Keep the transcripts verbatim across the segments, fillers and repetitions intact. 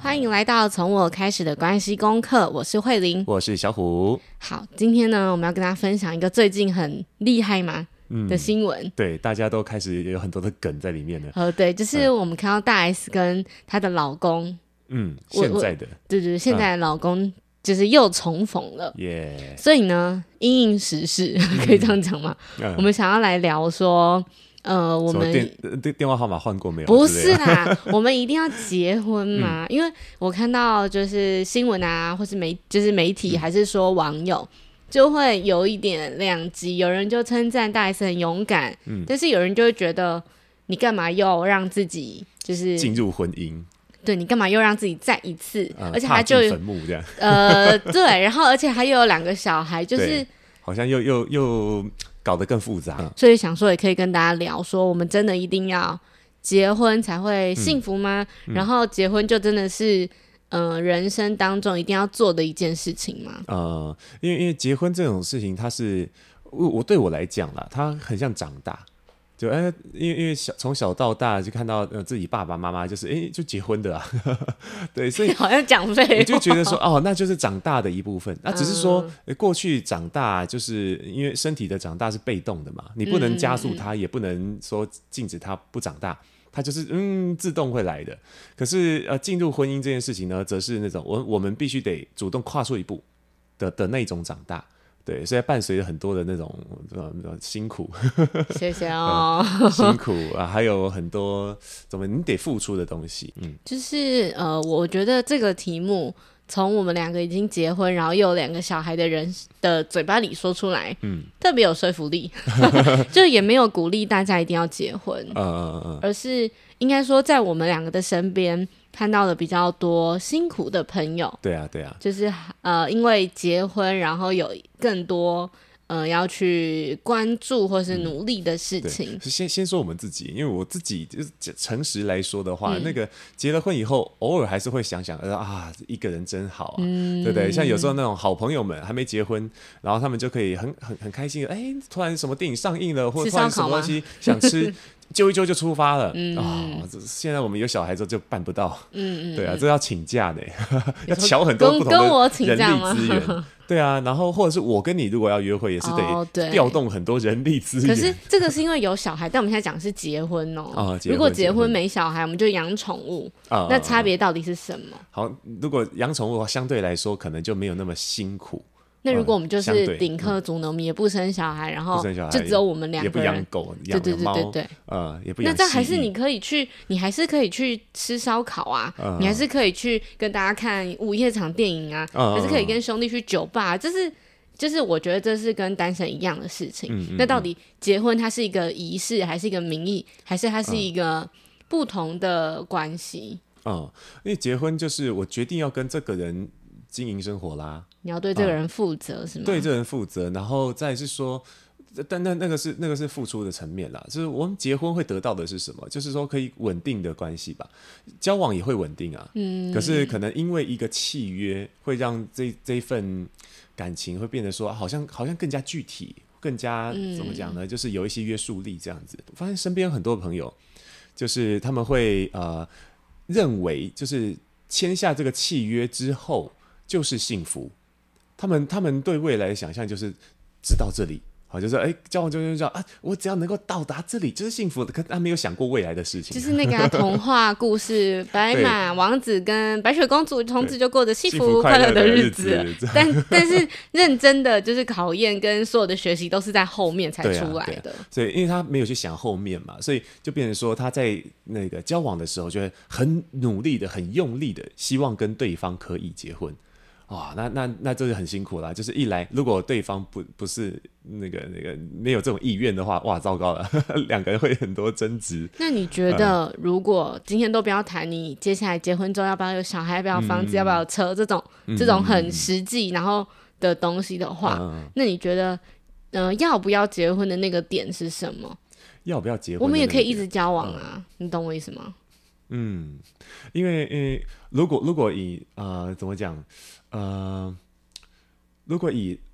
欢迎来到从我开始的关系功课，我是慧玲， 我是小虎。 好，今天呢，我们要跟大家分享一个最近很厉害嘛、嗯、的新闻。 对，大家都开始有很多的梗在里面了。 呃，对，就是我们看到大 S 跟她的老公， 嗯，现在的， 对对，现在的老公就是又重逢了。 耶、嗯， 所以呢，因应时事，可以这样讲吗、嗯？我们想要来聊说。呃，我们电电话号码换过没有？ 不是啦，我们一定要结婚嘛、嗯？因为我看到就是新闻啊，或是媒就是媒体，还是说网友、嗯、就会有一点两极，有人就称赞大 S 很勇敢、嗯，但是有人就会觉得你干嘛又让自己就是进入婚姻？ 对，你干嘛又让自己再一次？ 呃、 而且他就坟墓这样。 呃，对，然后而且还有两个小孩，就是好像又又又。搞得更复杂， 所以想说也可以跟大家聊说，我们真的一定要结婚才会幸福吗？嗯、然后结婚就真的是呃人生当中一定要做的一件事情吗？ 呃，因为因为结婚这种事情，它是我我对我来讲啦，它很像长大。就哎、欸，因为因为小从小到大就看到呃自己爸爸妈妈就是哎、欸、就结婚的啊，对，所以好像讲废话， 我就觉得说哦，那就是长大的一部分。那只是说、嗯、过去长大就是因为身体的长大是被动的嘛，你不能加速它，嗯、也不能说禁止它不长大，它就是嗯自动会来的。可是呃进入婚姻这件事情呢，则是那种我我们必须得主动跨出一步的的那种长大。对，所以伴随着很多的那种呃辛苦， 谢谢哦， 嗯、辛苦啊，还有很多怎么你得付出的东西，嗯， 就是呃，我觉得这个题目从我们两个已经结婚，然后又有两个小孩的人的嘴巴里说出来，嗯，特别有说服力，就也没有鼓励大家一定要结婚，嗯嗯嗯，而是应该说在我们两个的身边。看到了比较多辛苦的朋友， 对啊，对啊， 就是呃，因为结婚，然后有更多呃要去关注或是努力的事情。 嗯、先先说我们自己，因为我自己就是诚实来说的话，嗯、那个结了婚以后，偶尔还是会想想，呃啊，一个人真好啊，嗯、对不对？像有时候那种好朋友们还没结婚，然后他们就可以很很很开心，哎，突然什么电影上映了，或者突然什么东西想吃。揪一揪就出发了啊、嗯哦！现在我们有小孩之后就办不到，嗯嗯，对啊，这要请假的，要瞧很多不同的人力资源，对啊，然后或者是我跟你如果要约会，也是得调动很多人力资源。 可是这个是因为有小孩，但我们现在讲的是结婚哦。哦结婚如果结婚没小孩，我们就养宠物，哦、那差别到底是什么？ 好，如果养宠物的话，相对来说可能就没有那么辛苦。 那如果我们就是顶客族呢，我们也不生小孩，然后就只有我们两个人， 也不养狗、养猫，对对对对，呃，也不养。 那这样还是你可以去，你还是可以去吃烧烤啊，嗯、你还是可以去跟大家看午夜场电影啊，嗯、还是可以跟兄弟去酒吧，这是就是我觉得这是跟单身一样的事情。嗯嗯嗯那到底结婚它是一个仪式，还是一个名义，还是它是一个不同的关系？ 嗯，因为结婚就是我决定要跟这个人经营生活啦。 你要对这个人负责、嗯、是吗？ 对这个人负责，然后再是说，但那那个是那个是付出的层面啦。就是我们结婚会得到的是什么？就是说可以稳定的关系吧，交往也会稳定啊。嗯。可是可能因为一个契约，会让这这一份感情会变得说，好像好像更加具体，更加、嗯、怎么讲呢？就是有一些约束力这样子。我发现身边很多朋友，就是他们会呃认为，就是签下这个契约之后就是幸福。他们他们对未来的想象就是直到这里，好，就是哎，交往就就啊，我只要能够到达这里就是幸福的。可他没有想过未来的事情， 就是那个、啊、童话故事，白马王子跟白雪公主从此就过着幸福快乐的日子。日子但但是认真的就是考验跟所有的学习都是在后面才出来的。 对啊对啊、所以因为他没有去想后面嘛，所以就变成说他在那个交往的时候就会很努力的、很用力的，希望跟对方可以结婚。哇、哦，那那那这就很辛苦啦。就是一来，如果对方不不是那个那个没有这种意愿的话，哇，糟糕了，两个人会很多争执。 那你觉得，嗯、如果今天都不要谈你接下来结婚之后要不要有小孩、要不要房子、嗯、要不要有车这种、嗯、这种很实际然后的东西的话，嗯、那你觉得，呃，要不要结婚的那个点是什么？ 要不要结婚？ 我们也可以一直交往啊，嗯、你懂我意思吗？ 嗯，因为因为如果如果以呃怎么讲？呃，如果以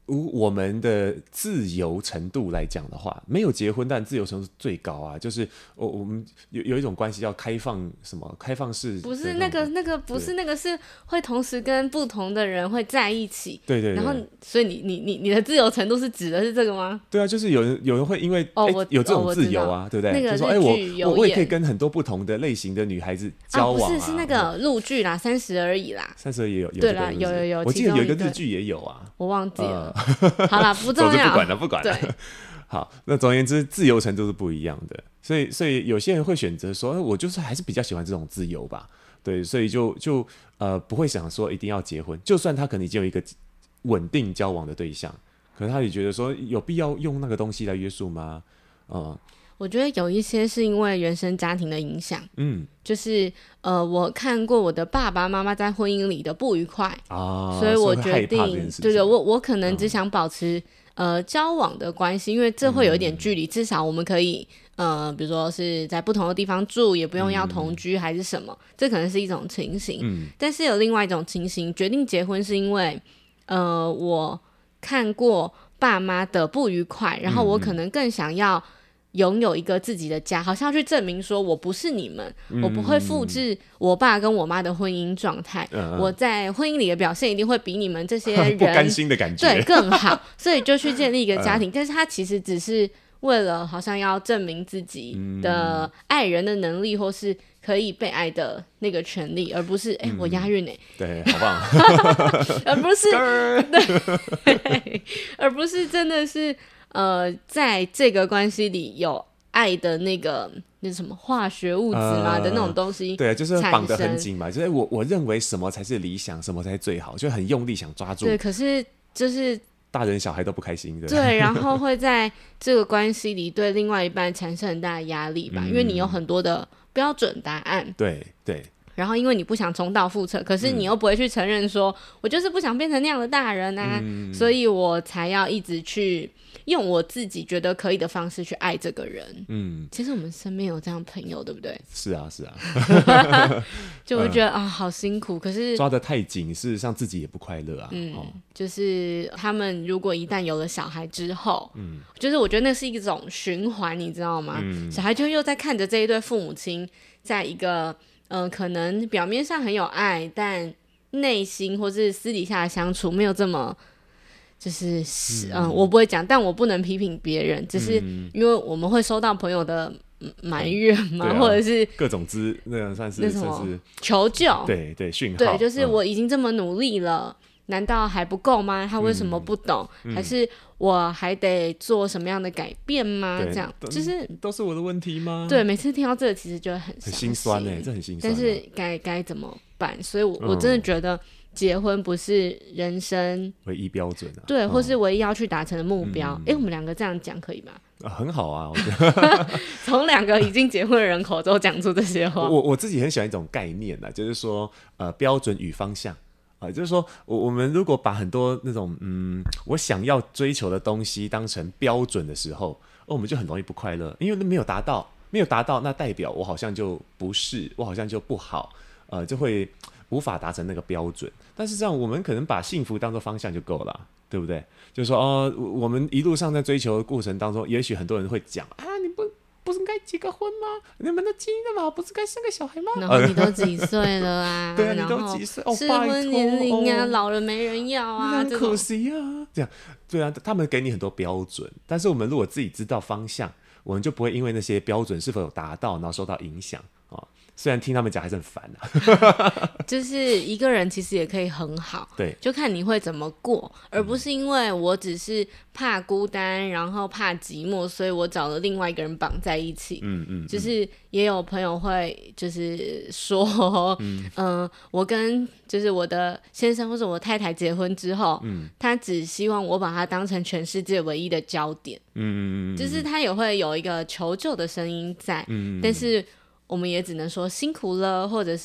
我们的自由程度来讲的话，没有结婚，但自由程度最高啊。就是我我们有有一种关系叫开放什么开放式， 不是那个那个不是那个是会同时跟不同的人会在一起。 对对对。 然后，所以你你你你的自由程度是指的是这个吗？ 对啊，就是有人有人会因为、 哦欸、有这种自由啊， 哦、 对不对？ 那个就说哎、欸，我我也可以跟很多不同的类型的女孩子交往啊。 啊不是是那个陆剧啦，三十而已啦。 三十而已有有对啦，有有有。 我记得有一个日剧也有啊， 我忘记了。呃、好啦。不重要， 不管了，不管了。好，那总而言之，自由程度是不一样的，所以，所以有些人会选择说，我就是还是比较喜欢这种自由吧，对，所以就就呃不会想说一定要结婚，就算他可能已经有一个稳定交往的对象，可是他也觉得说有必要用那个东西来约束吗？呃， 我觉得有一些是因为原生家庭的影响， 嗯， 就是呃，我看过我的爸爸妈妈在婚姻里的不愉快啊， 所以我决定，对对，我我可能只想保持、嗯、呃交往的关系，因为这会有一点距离、嗯，至少我们可以呃，比如说是在不同的地方住，也不用要同居还是什么，嗯、这可能是一种情形、嗯。但是有另外一种情形，决定结婚是因为呃，我看过爸妈的不愉快，然后我可能更想要拥有一个自己的家，好像要去证明说我不是你们、嗯、我不会复制我爸跟我妈的婚姻状态、嗯、我在婚姻里的表现一定会比你们这些人不甘心的感觉对更好，所以就去建立一个家庭、嗯、但是他其实只是为了好像要证明自己的爱人的能力、嗯、或是可以被爱的那个权利，而不是哎、欸嗯，我押韵哎， 对，好棒而不是对，而不是真的是呃，在这个关系里有爱的那个那什么化学物质嘛、呃、的那种东西， 对，就是绑得很紧嘛，就是我我认为什么才是理想，什么才是最好，就很用力想抓住。 对，可是就是大人小孩都不开心的。 对，然后会在这个关系里对另外一半产生很大的压力吧、嗯，因为你有很多的标准答案。 对对。 然后因为你不想重蹈覆辙，可是你又不会去承认说、嗯、我就是不想变成那样的大人啊、嗯、所以我才要一直去用我自己觉得可以的方式去爱这个人。嗯，其实我们身边有这样的朋友，对不对？ 是啊是啊就会觉得、嗯、啊好辛苦，可是抓得太紧，事实上自己也不快乐啊。 嗯、哦，就是他们如果一旦有了小孩之后，嗯，就是我觉得那是一种循环，你知道吗、嗯、小孩就又在看着这一对父母亲在一个嗯、呃，可能表面上很有爱，但内心或是私底下的相处没有这么，就是嗯、呃，我不会讲，但我不能批评别人，只是因为我们会收到朋友的埋怨嘛、嗯啊，或者是各种资那样算是那什么算是求救， 对对讯号， 对，就是我已经这么努力了。嗯，难道还不够吗？他为什么不懂、嗯嗯、还是我还得做什么样的改变吗？这样就是都是我的问题吗？ 对，每次听到这个其实就会很很心酸耶，这很心酸、啊、 但是该该怎么办？所以我、嗯、我真的觉得结婚不是人生唯一标准啊， 对、嗯、或是唯一要去达成的目标。哎、嗯欸，我们两个这样讲可以吗？ 啊，很好啊，我觉得从两个已经结婚的人口中讲出这些话。 我我自己很喜欢一种概念啊，就是说呃标准与方向啊，就是说我我们如果把很多那种嗯我想要追求的东西当成标准的时候，哦，我们就很容易不快乐，因为没有达到，没有达到，那代表我好像就不是，我好像就不好，呃，就会无法达成那个标准。但是这样，我们可能把幸福当作方向就够了，对不对？就是说，哦，我们一路上在追求的过程当中，也许很多人会讲啊，你不。不是该结个婚吗？你们都结了嘛，不是该生个小孩吗？ 然后你都几岁了啊？ 对啊，你都几岁？哦， 适婚年龄啊、哦，老了没人要啊， 很可惜啊。这样，对啊，他们给你很多标准，但是我们如果自己知道方向，我们就不会因为那些标准是否有达到，然后受到影响啊。虽然听他们讲还是很烦啊。 就是一个人其实也可以很好， 对， 就看你会怎么过，而不是因为我只是怕孤单，然后怕寂寞，所以我找了另外一个人绑在一起。嗯嗯，就是也有朋友会就是说，嗯、呃，我跟就是我的先生或者我太太结婚之后，嗯，他只希望我把他当成全世界唯一的焦点。嗯嗯嗯，就是他也会有一个求救的声音在，嗯，但是。我们也只能说辛苦了，或者是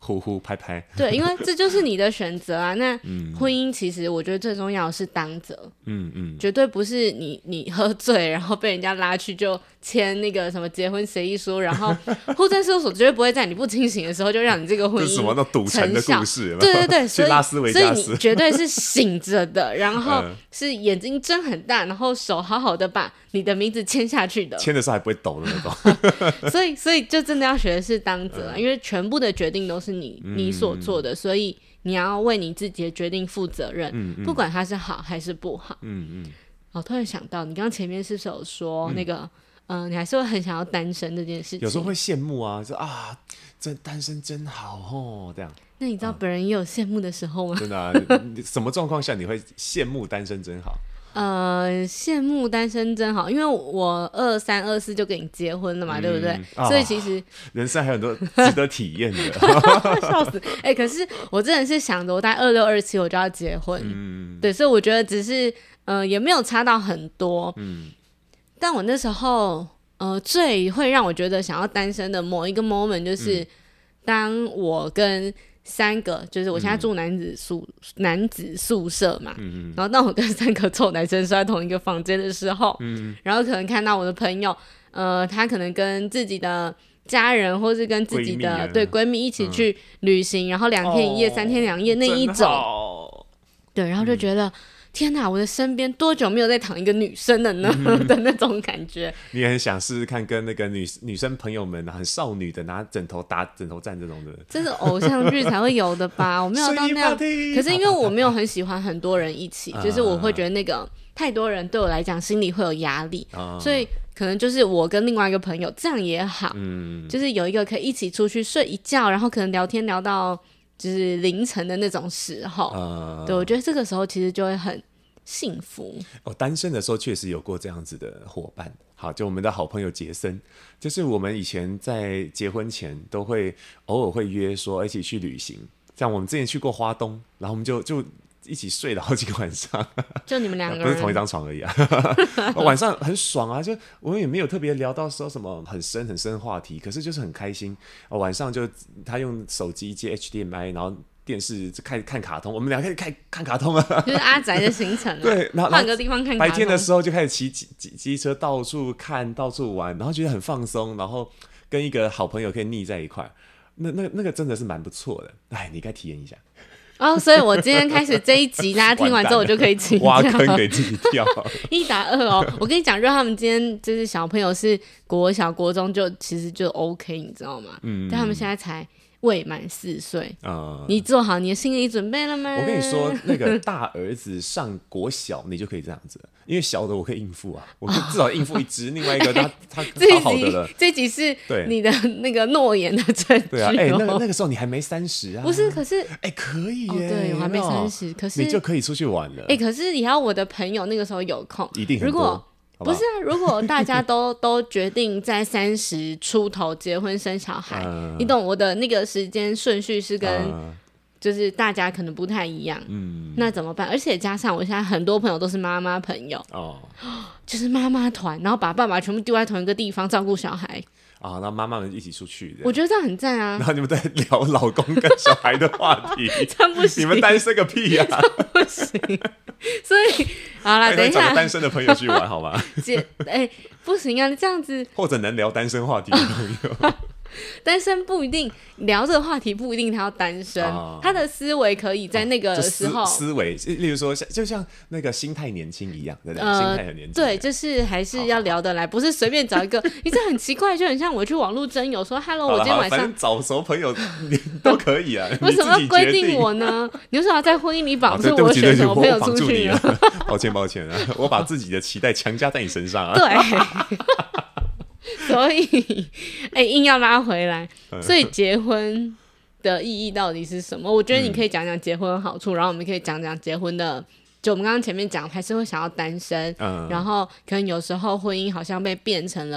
呼呼拍拍。 对，因为这就是你的选择啊。那婚姻其实我觉得最重要的是当责，嗯嗯，绝对不是你你喝醉然后被人家拉去就签那个什么结婚协议书，然后户政事务所绝对不会在你不清醒的时候就让你这个婚姻这是什么那赌城的故事有没有？ 对对对，所以去拉斯维加斯， 所以你绝对是醒着的，然后是眼睛睁很大，然后手好好的把你的名字签下去的， 签的时候还不会抖的那种。 所以所以就真的要学的是当责、啊嗯，因为全部的决定都是你、嗯、你所做的，所以你要为你自己的决定负责任，嗯嗯、不管它是好还是不好。嗯嗯。我、哦、突然想到，你刚刚前面是不是有说、嗯、那个，嗯、呃，你还是会很想要单身这件事情？ 有时候会羡慕啊，就啊，这单身真好哦，这样。 那你知道本人也有羡慕的时候吗？ 嗯、真的啊，什么状况下你会羡慕单身真好？ 呃，羡慕单身真好，因为我二三二四就跟你结婚了嘛，嗯、对不对？哦、所以其实人生还有很多值得体验的， 笑死！哎、欸，可是我真的是想着，我大概二六二七我就要结婚，嗯，对，所以我觉得只是呃也没有差到很多，嗯，但我那时候呃最会让我觉得想要单身的某一个 moment 就是、嗯、当我跟三个就是我现在住男子宿、嗯、男子宿舍嘛、嗯，然后当我跟三个臭男生睡在同一个房间的时候、嗯，然后可能看到我的朋友，呃，他可能跟自己的家人或是跟自己的闺对闺蜜一起去旅行，嗯、然后两天一夜、哦、三天两夜那一种，对，然后就觉得。嗯天哪，我的身边多久没有再躺一个女生了呢、嗯、的那种感觉。 你也很想试试看跟那个 女, 女生朋友们很少女的拿枕头打枕头战这种的， 这是偶像剧才会有的吧？我没有到那样，可是因为我没有很喜欢很多人一起，就是我会觉得那个太多人对我来讲心里会有压力、啊、所以可能就是我跟另外一个朋友这样也好、嗯、就是有一个可以一起出去睡一觉，然后可能聊天聊到就是凌晨的那种时候、uh, 对，我觉得这个时候其实就会很幸福。 我、哦、单身的时候确实有过这样子的伙伴，好，就我们的好朋友杰森，就是我们以前在结婚前都会偶尔会约说一起去旅行，像我们之前去过花东，然后我们就就一起睡了好几个晚上，就你们两个人不是同一张床而已啊晚上很爽啊，就我们也没有特别聊到说什么很深很深的话题，可是就是很开心、哦、晚上就他用手机接 H D M I， 然后电视开始看卡通，我们俩开始看看卡通了， 就是阿宅的行程、啊、 对，然后换个地方看卡通， 白天的时候就开始骑机车到处看到处玩，然后觉得很放松，然后跟一个好朋友可以腻在一块，那那那个真的是蛮不错的，哎，你该体验一下哦，所以我今天开始这一集，大家听完之后我就可以请挖坑给自己跳一打二哦。我跟你讲，如果他们今天就是小朋友是国小国中，就其实就 OK， 你知道吗？嗯，但他们现在才未满四岁、嗯、你做好你的心理准备了吗？ 我跟你说，那个大儿子上国小你就可以这样子了，因为小的我可以应付啊，我可以至少应付一只、哦、另外一个他他好好的了。 这集是你的那个诺言的证据、哦、 对啊，哎、欸，那个那个时候你还没三十啊？ 不是，可是哎、欸，可以耶、 哦，对，我还没三十，可是你就可以出去玩了。 哎、欸，可是也要我的朋友那个时候有空， 一定很多。 如果好不好，不是啊，如果大家都都决定在三十出头结婚生小孩、嗯，你懂我的那个时间顺序是跟、嗯、就是大家可能不太一样，嗯，那怎么办？而且加上我现在很多朋友都是妈妈朋友哦，就是妈妈团，然后把爸爸全部丢在同一个地方照顾小孩。 啊，那妈妈们一起出去， 我觉得这样很赞啊。 然后你们在聊老公跟小孩的话题， 这样不行， 你们单身个屁啊！ 不行。所以好啦，等一下找个单身的朋友去玩好吗？ 姐，哎、欸，不行啊，你这样子， 或者能聊单身话题的朋友。 单身不一定聊这个话题，不一定他要单身、哦、他的思维可以在那个时候、 哦、思, 思维例如说就像那个心态年轻一样，对不对、呃、心态很年轻， 对，就是还是要聊得来，好好，不是随便找一个你这很奇怪，就很像我去网络征友说 hello 我今天晚上， 反正早熟朋友都可以啊为什么要规定我呢？你为什么要在婚姻里绑住我选什么朋友出去呢？ 抱歉抱歉啊，我把自己的期待强加在你身上啊。 对所以哎、欸，硬要拉回来，所以结婚的意义到底是什么？我觉得你可以讲讲结婚的好处、嗯、然后我们可以讲讲结婚的，就我们刚刚前面讲还是会想要单身、嗯、然后可能有时候婚姻好像被变成了我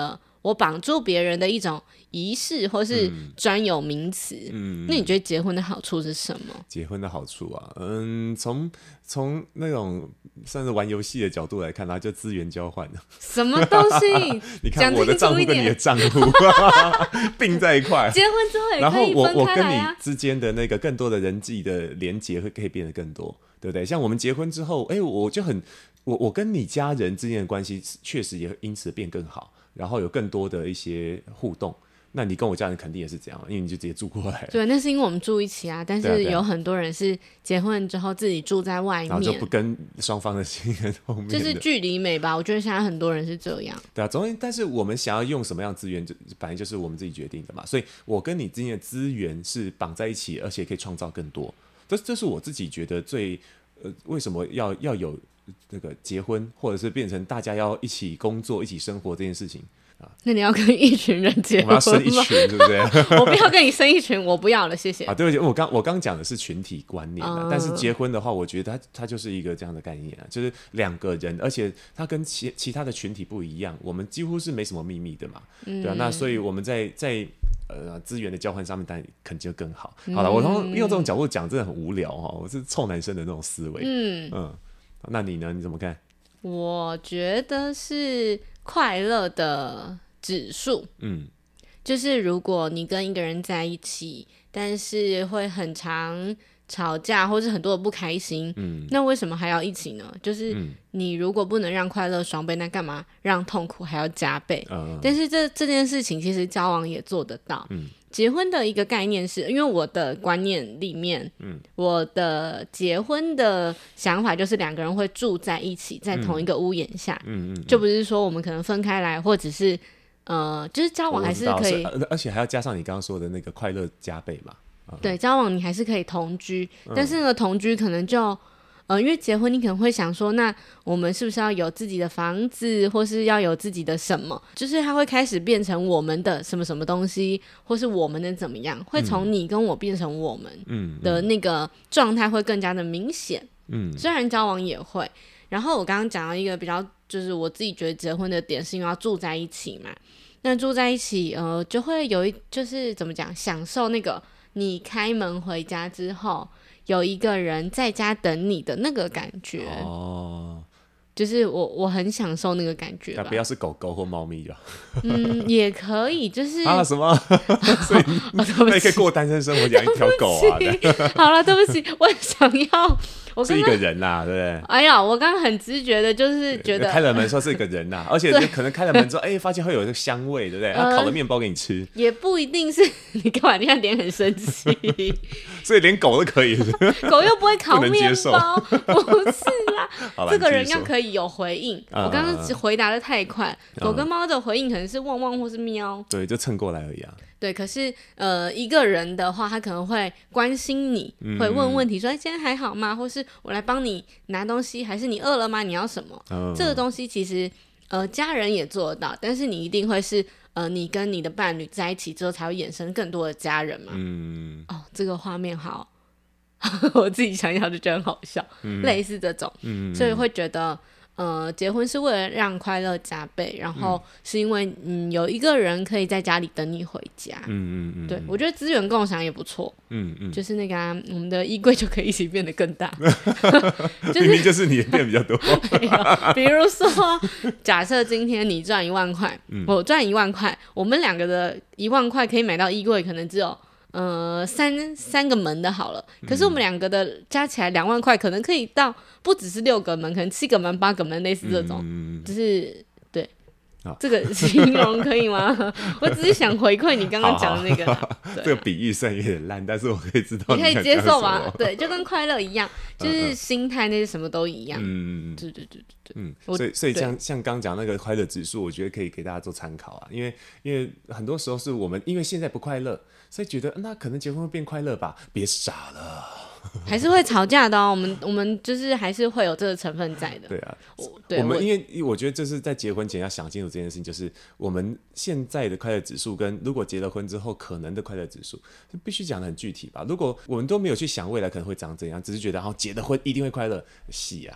我绑住别人的一种仪式或是专有名词。嗯，那你觉得结婚的好处是什么？ 结婚的好处啊，嗯，从从那种算是玩游戏的角度来看，它就资源交换。 什么东西？ 你看我的账户跟你的账户并在一块， 结婚之后也可以然后我分开来啊。 我跟你之间的那个更多的人际的连结会可以变得更多，对不对？像我们结婚之后，哎，我就很我我跟你家人之间的关系确实也因此变更好，然后有更多的一些互动。那你跟我家人肯定也是这样，因为你就直接住过来了。 对，那是因为我们住一起啊，但是有很多人是结婚之后自己住在外面， 然后就不跟双方的亲人后面的， 就是距离美吧。我觉得现在很多人是这样。 对啊，总之，但是我们想要用什么样的资源，就本来就是我们自己决定的嘛。所以我跟你之间的资源是绑在一起，而且可以创造更多。这这是我自己觉得最呃，为什么要要有那个结婚，或者是变成大家要一起工作、一起生活这件事情。 那你要跟一群人结婚吗？ 我要生一群，对不对？ 我不要跟你生一群，我不要了，谢谢。 啊，对不起，我刚我刚讲的是群体观念、嗯、但是结婚的话，我觉得它它就是一个这样的概念啊，就是两个人，而且它跟其其他的群体不一样，我们几乎是没什么秘密的嘛，嗯、对啊，那所以我们在在呃资源的交换上面，当然肯定就更好。好了，我通常用这种角度讲，真的很无聊哈，我是臭男生的那种思维。嗯嗯，那你呢？你怎么看？ 我觉得是快乐的指数，嗯，就是如果你跟一个人在一起，但是会很常吵架，或是很多的不开心，嗯，那为什么还要一起呢？就是你如果不能让快乐双倍，那干嘛让痛苦还要加倍？嗯，但是这这件事情其实交往也做得到，嗯。结婚的一个概念是，因为我的观念里面，嗯，我的结婚的想法就是两个人会住在一起，在同一个屋檐下，嗯 嗯, 嗯，就不是说我们可能分开来，或者是呃，就是交往还是可以， 而且还要加上你刚刚说的那个快乐加倍嘛， 嗯、对，交往你还是可以同居，但是呢，同居可能就。呃，因为结婚你可能会想说，那我们是不是要有自己的房子，或是要有自己的什么，就是它会开始变成我们的什么什么东西，或是我们的怎么样，会从你跟我变成我们的那个状态会更加的明显。嗯，虽然交往也会。然后我刚刚讲到一个比较，就是我自己觉得结婚的点是因为要住在一起嘛，那住在一起呃就会有一就是怎么讲，享受那个你开门回家之后有一个人在家等你的那个感觉哦，就是我我很享受那个感觉吧。 不要是狗狗或猫咪就嗯，也可以，就是啊什么？所以那你可以过单身生活，养一条狗啊。 好了，对不起，我想要。我刚刚是一个人啦，对不对？ 哎呀，我刚刚很直觉的，就是觉得开了门说是一个人啦，而且可能开了门之后，哎，发现会有一个香味，对不对？他烤了面包给你吃， 也不一定是。你干嘛？你看脸很生气， 所以连狗都可以， 狗又不会烤面包，不是啦。这个人要可以有回应。我刚刚回答的太快，狗跟猫的回应可能是汪汪或是喵， 对，就蹭过来而已啊。 对，可是呃，一个人的话，他可能会关心你，嗯、会问问题，说：“哎，今天还好吗？”或是我来帮你拿东西，还是你饿了吗？你要什么？嗯、这个东西其实呃，家人也做得到，但是你一定会是呃，你跟你的伴侣在一起之后，才会衍生更多的家人嘛。嗯，哦，这个画面好，我自己想想就觉得很好笑，嗯、类似这种，嗯、所以会觉得。呃，结婚是为了让快乐加倍，然后是因为嗯有一个人可以在家里等你回家，嗯嗯嗯，对，我觉得资源共享也不错，嗯嗯，就是那个、啊、我们的衣柜就可以一起变得更大， 就是、明明就是你变比较多， 比如说，假设今天你赚一万块，嗯、我赚一万块，我们两个的一万块可以买到衣柜，可能只有。呃，三三个门的好了，可是我们两个的加起来两万块，可能可以到不只是六个门，可能七个门、八个门，类似这种，嗯、就是对，这个形容可以吗？我只是想回馈你刚刚讲的那个啦，好好对啊、这个比喻虽然有点烂，但是我可以知道你, 你可以接受吧？对，就跟快乐一样，就是心态那些什么都一样。嗯，对对对对对。 嗯，所以所以像像刚讲那个快乐指数，我觉得可以给大家做参考啊，因为因为很多时候是我们因为现在不快乐，所以觉得那可能结婚会变快乐吧？别傻了。 还是会吵架的哦，我们我们就是还是会有这个成分在的。 对啊，我, 对我们因为我觉得这是在结婚前要想清楚这件事情，就是我们现在的快乐指数跟如果结了婚之后可能的快乐指数，必须讲得很具体吧。如果我们都没有去想未来可能会长怎样，只是觉得然后结了婚一定会快乐，是啊。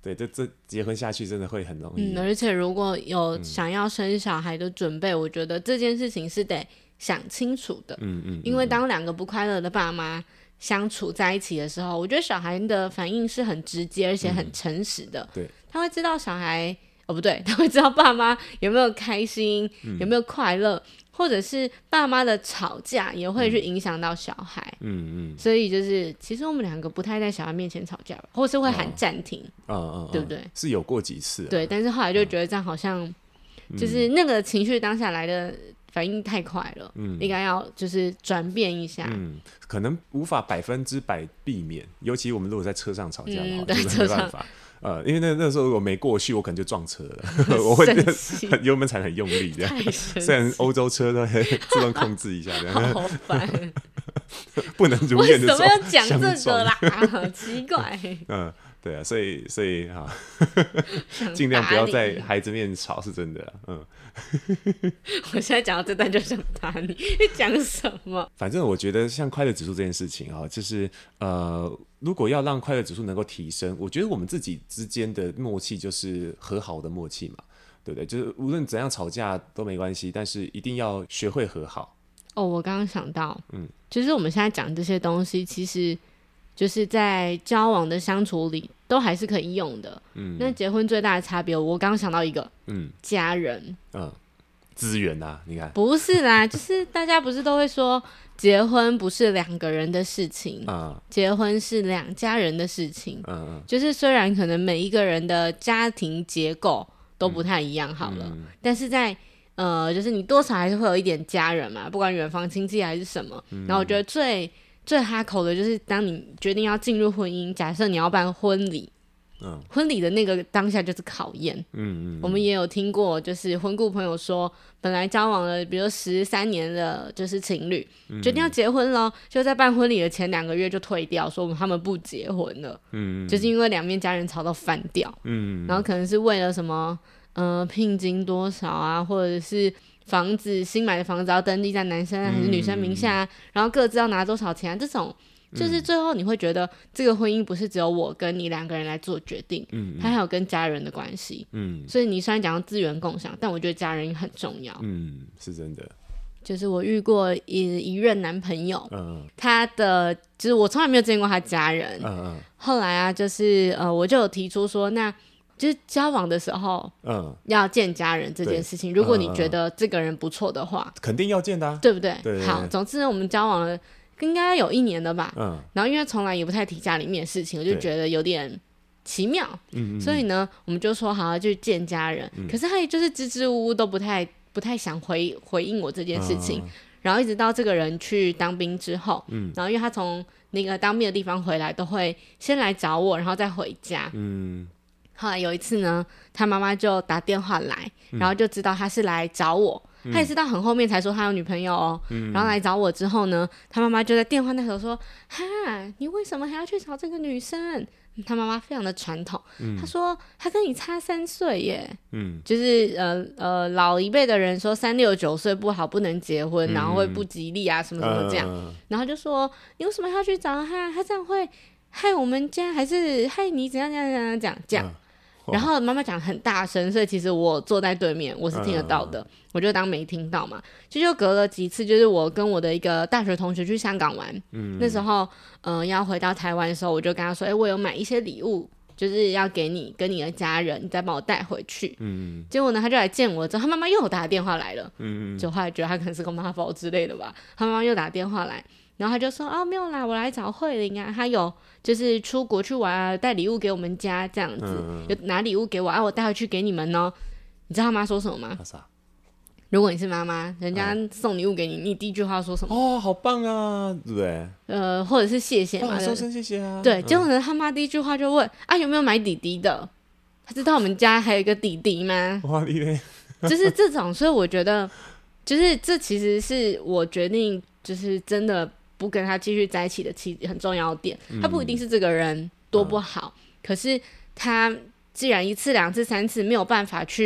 对，这这结婚下去真的会很容易。 嗯，而且如果有想要生小孩的准备，嗯、我觉得这件事情是得想清楚的。 嗯 嗯, 嗯， 因为当两个不快乐的爸妈相处在一起的时候，我觉得小孩的反应是很直接而且很诚实的。 嗯、对， 他会知道小孩哦不对，他会知道爸妈有没有开心，嗯、有没有快乐。或者是爸妈的吵架也会去影响到小孩，嗯嗯，所以就是其实我们两个不太在小孩面前吵架，或是会喊暂停，嗯嗯，对不对？ 是有过几次、啊， 对，但是后来就觉得这样好像就是那个情绪当下来的反应太快了，嗯，应该要就是转变一下， 嗯，可能无法百分之百避免，尤其我们如果在车上吵架的话， 嗯、对， 没办法。呃，因为那那时候如果没过去，我可能就撞车了，我会油门踩很用力这样。虽然欧洲车都会自动控制一下，这样。 好烦， 不能如愿的时候为什么要讲这个啦？好奇怪。 嗯，对啊，所以所以哈，尽量不要在孩子面前吵，是真的。嗯， 我现在讲到这段就想打你，你讲什么？ 反正我觉得像快乐指数这件事情啊，就是呃。如果要让快乐指数能够提升，我觉得我们自己之间的默契就是和好的默契嘛，对不对？就是无论怎样吵架都没关系，但是一定要学会和好。 哦，我刚刚想到，嗯，就是我们现在讲这些东西，其实就是在交往的相处里都还是可以用的。嗯，那结婚最大的差别，我刚刚想到一个，嗯，家人， 嗯，资源啊，你看， 不是啦，就是大家不是都会说。结婚不是两个人的事情，嗯、结婚是两家人的事情。嗯、就是虽然可能每一个人的家庭结构都不太一样，好了，嗯、但是在呃，就是你多少还是会有一点家人嘛，不管远房亲戚还是什么。嗯、然后我觉得最最哈口的就是当你决定要进入婚姻，假设你要办婚礼。嗯、婚礼的那个当下就是考验，嗯嗯，我们也有听过，就是婚顾朋友说，本来交往了，比如十三年的，就是情侣、嗯、决定要结婚了，就在办婚礼的前两个月就退掉，说他们不结婚了，嗯，就是因为两边家人吵到翻掉，嗯，然后可能是为了什么，呃，聘金多少啊，或者是房子新买的房子要登记在男生还是女生名下、啊，嗯、然后各自要拿多少钱啊，这种。就是最后你会觉得这个婚姻不是只有我跟你两个人来做决定，嗯，它还有跟家人的关系，嗯，所以你虽然讲到资源共享，但我觉得家人很重要， 嗯，是真的。 就是我遇过一一任男朋友，嗯，他的就是我从来没有见过他家人，嗯嗯，后来啊，就是呃，我就有提出说，那就是交往的时候，嗯，要见家人这件事情，如果你觉得这个人不错的话， 肯定要见的、啊， 对不对？ 对, 对, 对。 好，总之呢，我们交往了。应该有一年了吧，嗯，然后因为从来也不太提家里面的事情，我就觉得有点奇妙，嗯，所以呢，我们就说好要去见家人，嗯、可是他也就是支支吾吾都不太不太想回回应我这件事情，嗯、然后一直到这个人去当兵之后，嗯，然后因为他从那个当兵的地方回来，都会先来找我，然后再回家，嗯，后来有一次呢，他妈妈就打电话来，然后就知道他是来找我。他也是到很后面才说他有女朋友哦，嗯、然后来找我之后呢，他妈妈就在电话那头说：“哈，你为什么还要去找这个女生？”他妈妈非常的传统，嗯、他说他跟你差三岁耶，嗯，就是呃呃老一辈的人说三六九岁不好，不能结婚，嗯、然后会不吉利啊什么什么这样，呃、然后就说你为什么要去找他？他这样会害我们家，还是害你怎样怎样怎样讲这样。呃然后妈妈讲很大声，所以其实我坐在对面，我是听得到的，嗯、我就当没听到嘛。就就隔了几次，就是我跟我的一个大学同学去香港玩，嗯、那时候嗯、呃、要回到台湾的时候，我就跟他说，哎、欸，我有买一些礼物，就是要给你跟你的家人，你再帮我带回去。嗯，结果呢，他就来见我之后，他妈妈又打电话来了，嗯，就后来觉得他可能是个妈宝之类的吧，他妈妈又打电话来。然后他就说哦没有啦，我来找慧玲啊，他有就是出国去玩啊，带礼物给我们家这样子，嗯、有拿礼物给我啊，我带回去给你们哦。你知道他妈说什么吗？如果你是妈妈，人家送礼物给你，你第一句话说什么？ 哦，好棒啊，对不对？ 呃，或者是谢谢嘛， 说声谢谢啊。 对，结果呢，他妈第一句话就问啊，有没有买弟弟的？他知道我们家还有一个弟弟吗？ 哇，你嘞， 就是这种，所以我觉得，就是这其实是我决定，就是真的。不跟他继续在一起的其很重要的点，他不一定是这个人多不好，嗯、可是他既然一次两次三次没有办法去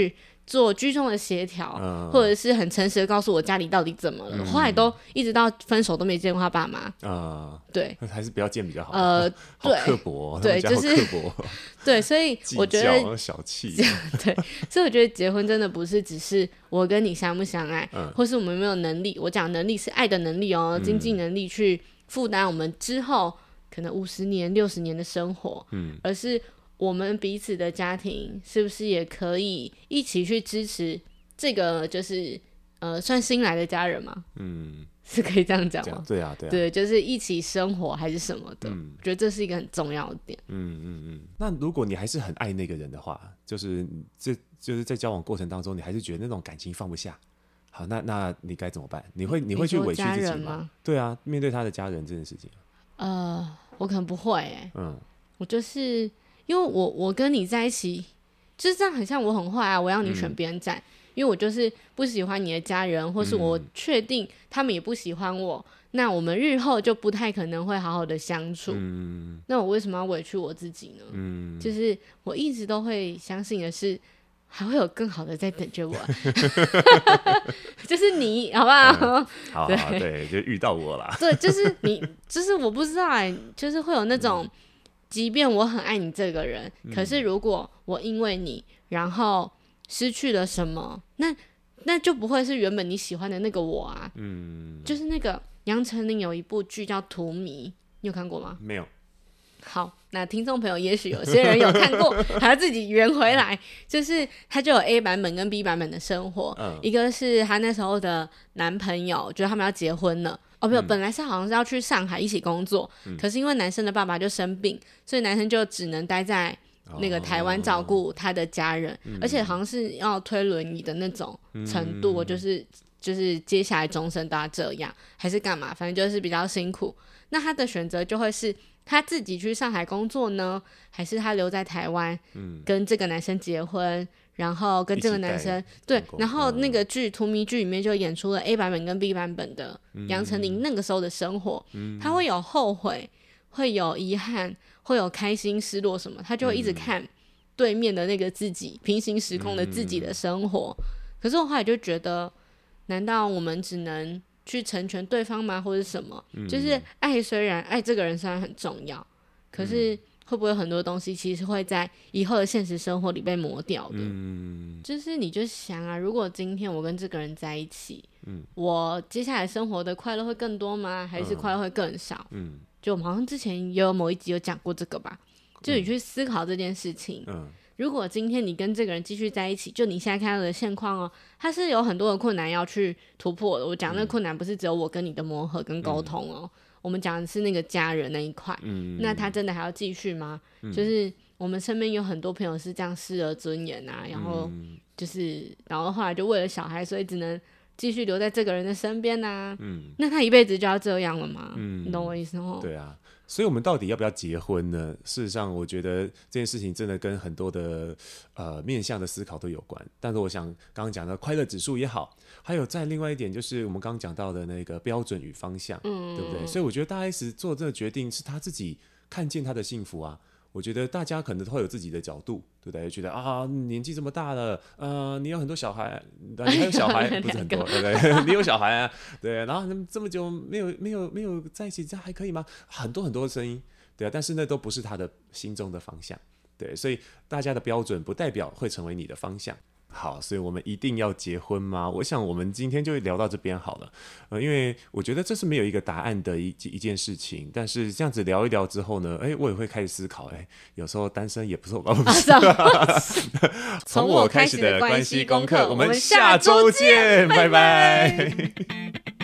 做居中的协调、嗯，或者是很诚实的告诉我家里到底怎么了。嗯、后来都一直到分手都没见过他爸妈。啊、 嗯， 对， 还是不要见比较好。 呃， 好刻薄、哦， 对，就是刻薄。 对，所以我觉得小气。 对，所以我觉得结婚真的不是只是我跟你相不相爱，嗯、或是我们有没有能力。我讲能力是爱的能力哦，嗯、经济能力去负担我们之后可能五十年、六十年的生活，嗯，而是我们彼此的家庭是不是也可以一起去支持这个，就是呃，算新来的家人吗？嗯。是可以这样讲吗？ 对啊，对啊， 对，就是一起生活还是什么的，嗯、我觉得这是一个很重要的点。 嗯嗯嗯。那如果你还是很爱那个人的话，就是这就是在交往过程当中，你还是觉得那种感情放不下，好，那那你该怎么办？你会你会去委屈自己 吗, 吗？对啊，面对他的家人这件事情， 呃，我可能不会、欸，嗯，我就是因为我我跟你在一起，就是这样，很像我很坏啊，我要你选边站。嗯，因为我就是不喜欢你的家人，或是我确定他们也不喜欢我、嗯、那我们日后就不太可能会好好的相处、嗯、那我为什么要委屈我自己呢、嗯、就是我一直都会相信的是还会有更好的在等着我就是你好不好、嗯、 好好 对, 对就遇到我啦对，就是你就是我不知道哎、欸，就是会有那种、嗯、即便我很爱你这个人、嗯、可是如果我因为你然后失去了什么，那那就不会是原本你喜欢的那个我啊。嗯，就是那个杨丞琳有一部剧叫《荼蘼》，你有看过吗？ 没有。 好，那听众朋友也许有些人有看过，还要自己圆回来。就是他就有 A 版本跟 B 版本的生活，嗯、一个是他那时候的男朋友，觉得他们要结婚了。哦，没有、嗯，本来是好像是要去上海一起工作、嗯，可是因为男生的爸爸就生病，所以男生就只能待在那个台湾照顾他的家人、哦，而且好像是要推轮椅的那种程度，嗯、就是就是接下来终身都要这样，还是干嘛？反正就是比较辛苦。那他的选择就会是他自己去上海工作呢，还是他留在台湾，嗯、跟这个男生结婚，然后跟这个男生对，然后那个剧《荼蘼》剧里面就演出了 A 版本跟 B 版本的杨丞琳那个时候的生活，嗯、他会有后悔，会有遗憾。会有开心失落什么，他就会一直看对面的那个自己、嗯、平行时空的自己的生活、嗯、可是我后来就觉得难道我们只能去成全对方吗或者什么、嗯、就是爱虽然爱这个人虽然很重要，可是会不会有很多东西其实会在以后的现实生活里被磨掉的、嗯、就是你就想啊，如果今天我跟这个人在一起、嗯、我接下来生活的快乐会更多吗？还是快乐会更少？嗯，就我们好像之前也有某一集有讲过这个吧，就你去思考这件事情、嗯、如果今天你跟这个人继续在一起，就你现在看到的现况哦，他是有很多的困难要去突破的。我讲那个困难不是只有我跟你的磨合跟沟通哦、嗯、我们讲的是那个家人那一块、嗯、那他真的还要继续吗、嗯、就是我们身边有很多朋友是这样失了尊严啊，然后就是然后后来就为了小孩所以只能继续留在这个人的身边啊、嗯、那他一辈子就要这样了吗、嗯、你懂我意思哦？ 对啊，所以我们到底要不要结婚呢？事实上我觉得这件事情真的跟很多的呃面向的思考都有关，但是我想刚刚讲的快乐指数也好，还有再另外一点就是我们刚刚讲到的那个标准与方向、嗯、对不对？所以我觉得大 S 做这个决定是他自己看见他的幸福啊，我觉得大家可能都会有自己的角度，对不对？觉得啊，年纪这么大了，呃，你有很多小孩，你还有小孩，不是很多，对不对？你有小孩啊，对，然后这么久没有没有没有在一起，这还可以吗？很多很多的声音，对啊，但是那都不是他的心中的方向，对，所以大家的标准不代表会成为你的方向。好，所以我们一定要结婚吗？我想我们今天就聊到这边好了，呃，因为我觉得这是没有一个答案的一一件事情，但是这样子聊一聊之后呢，哎，我也会开始思考，哎，有时候单身也不是我办不是。从我开始的关系功课，我们下周见，拜拜。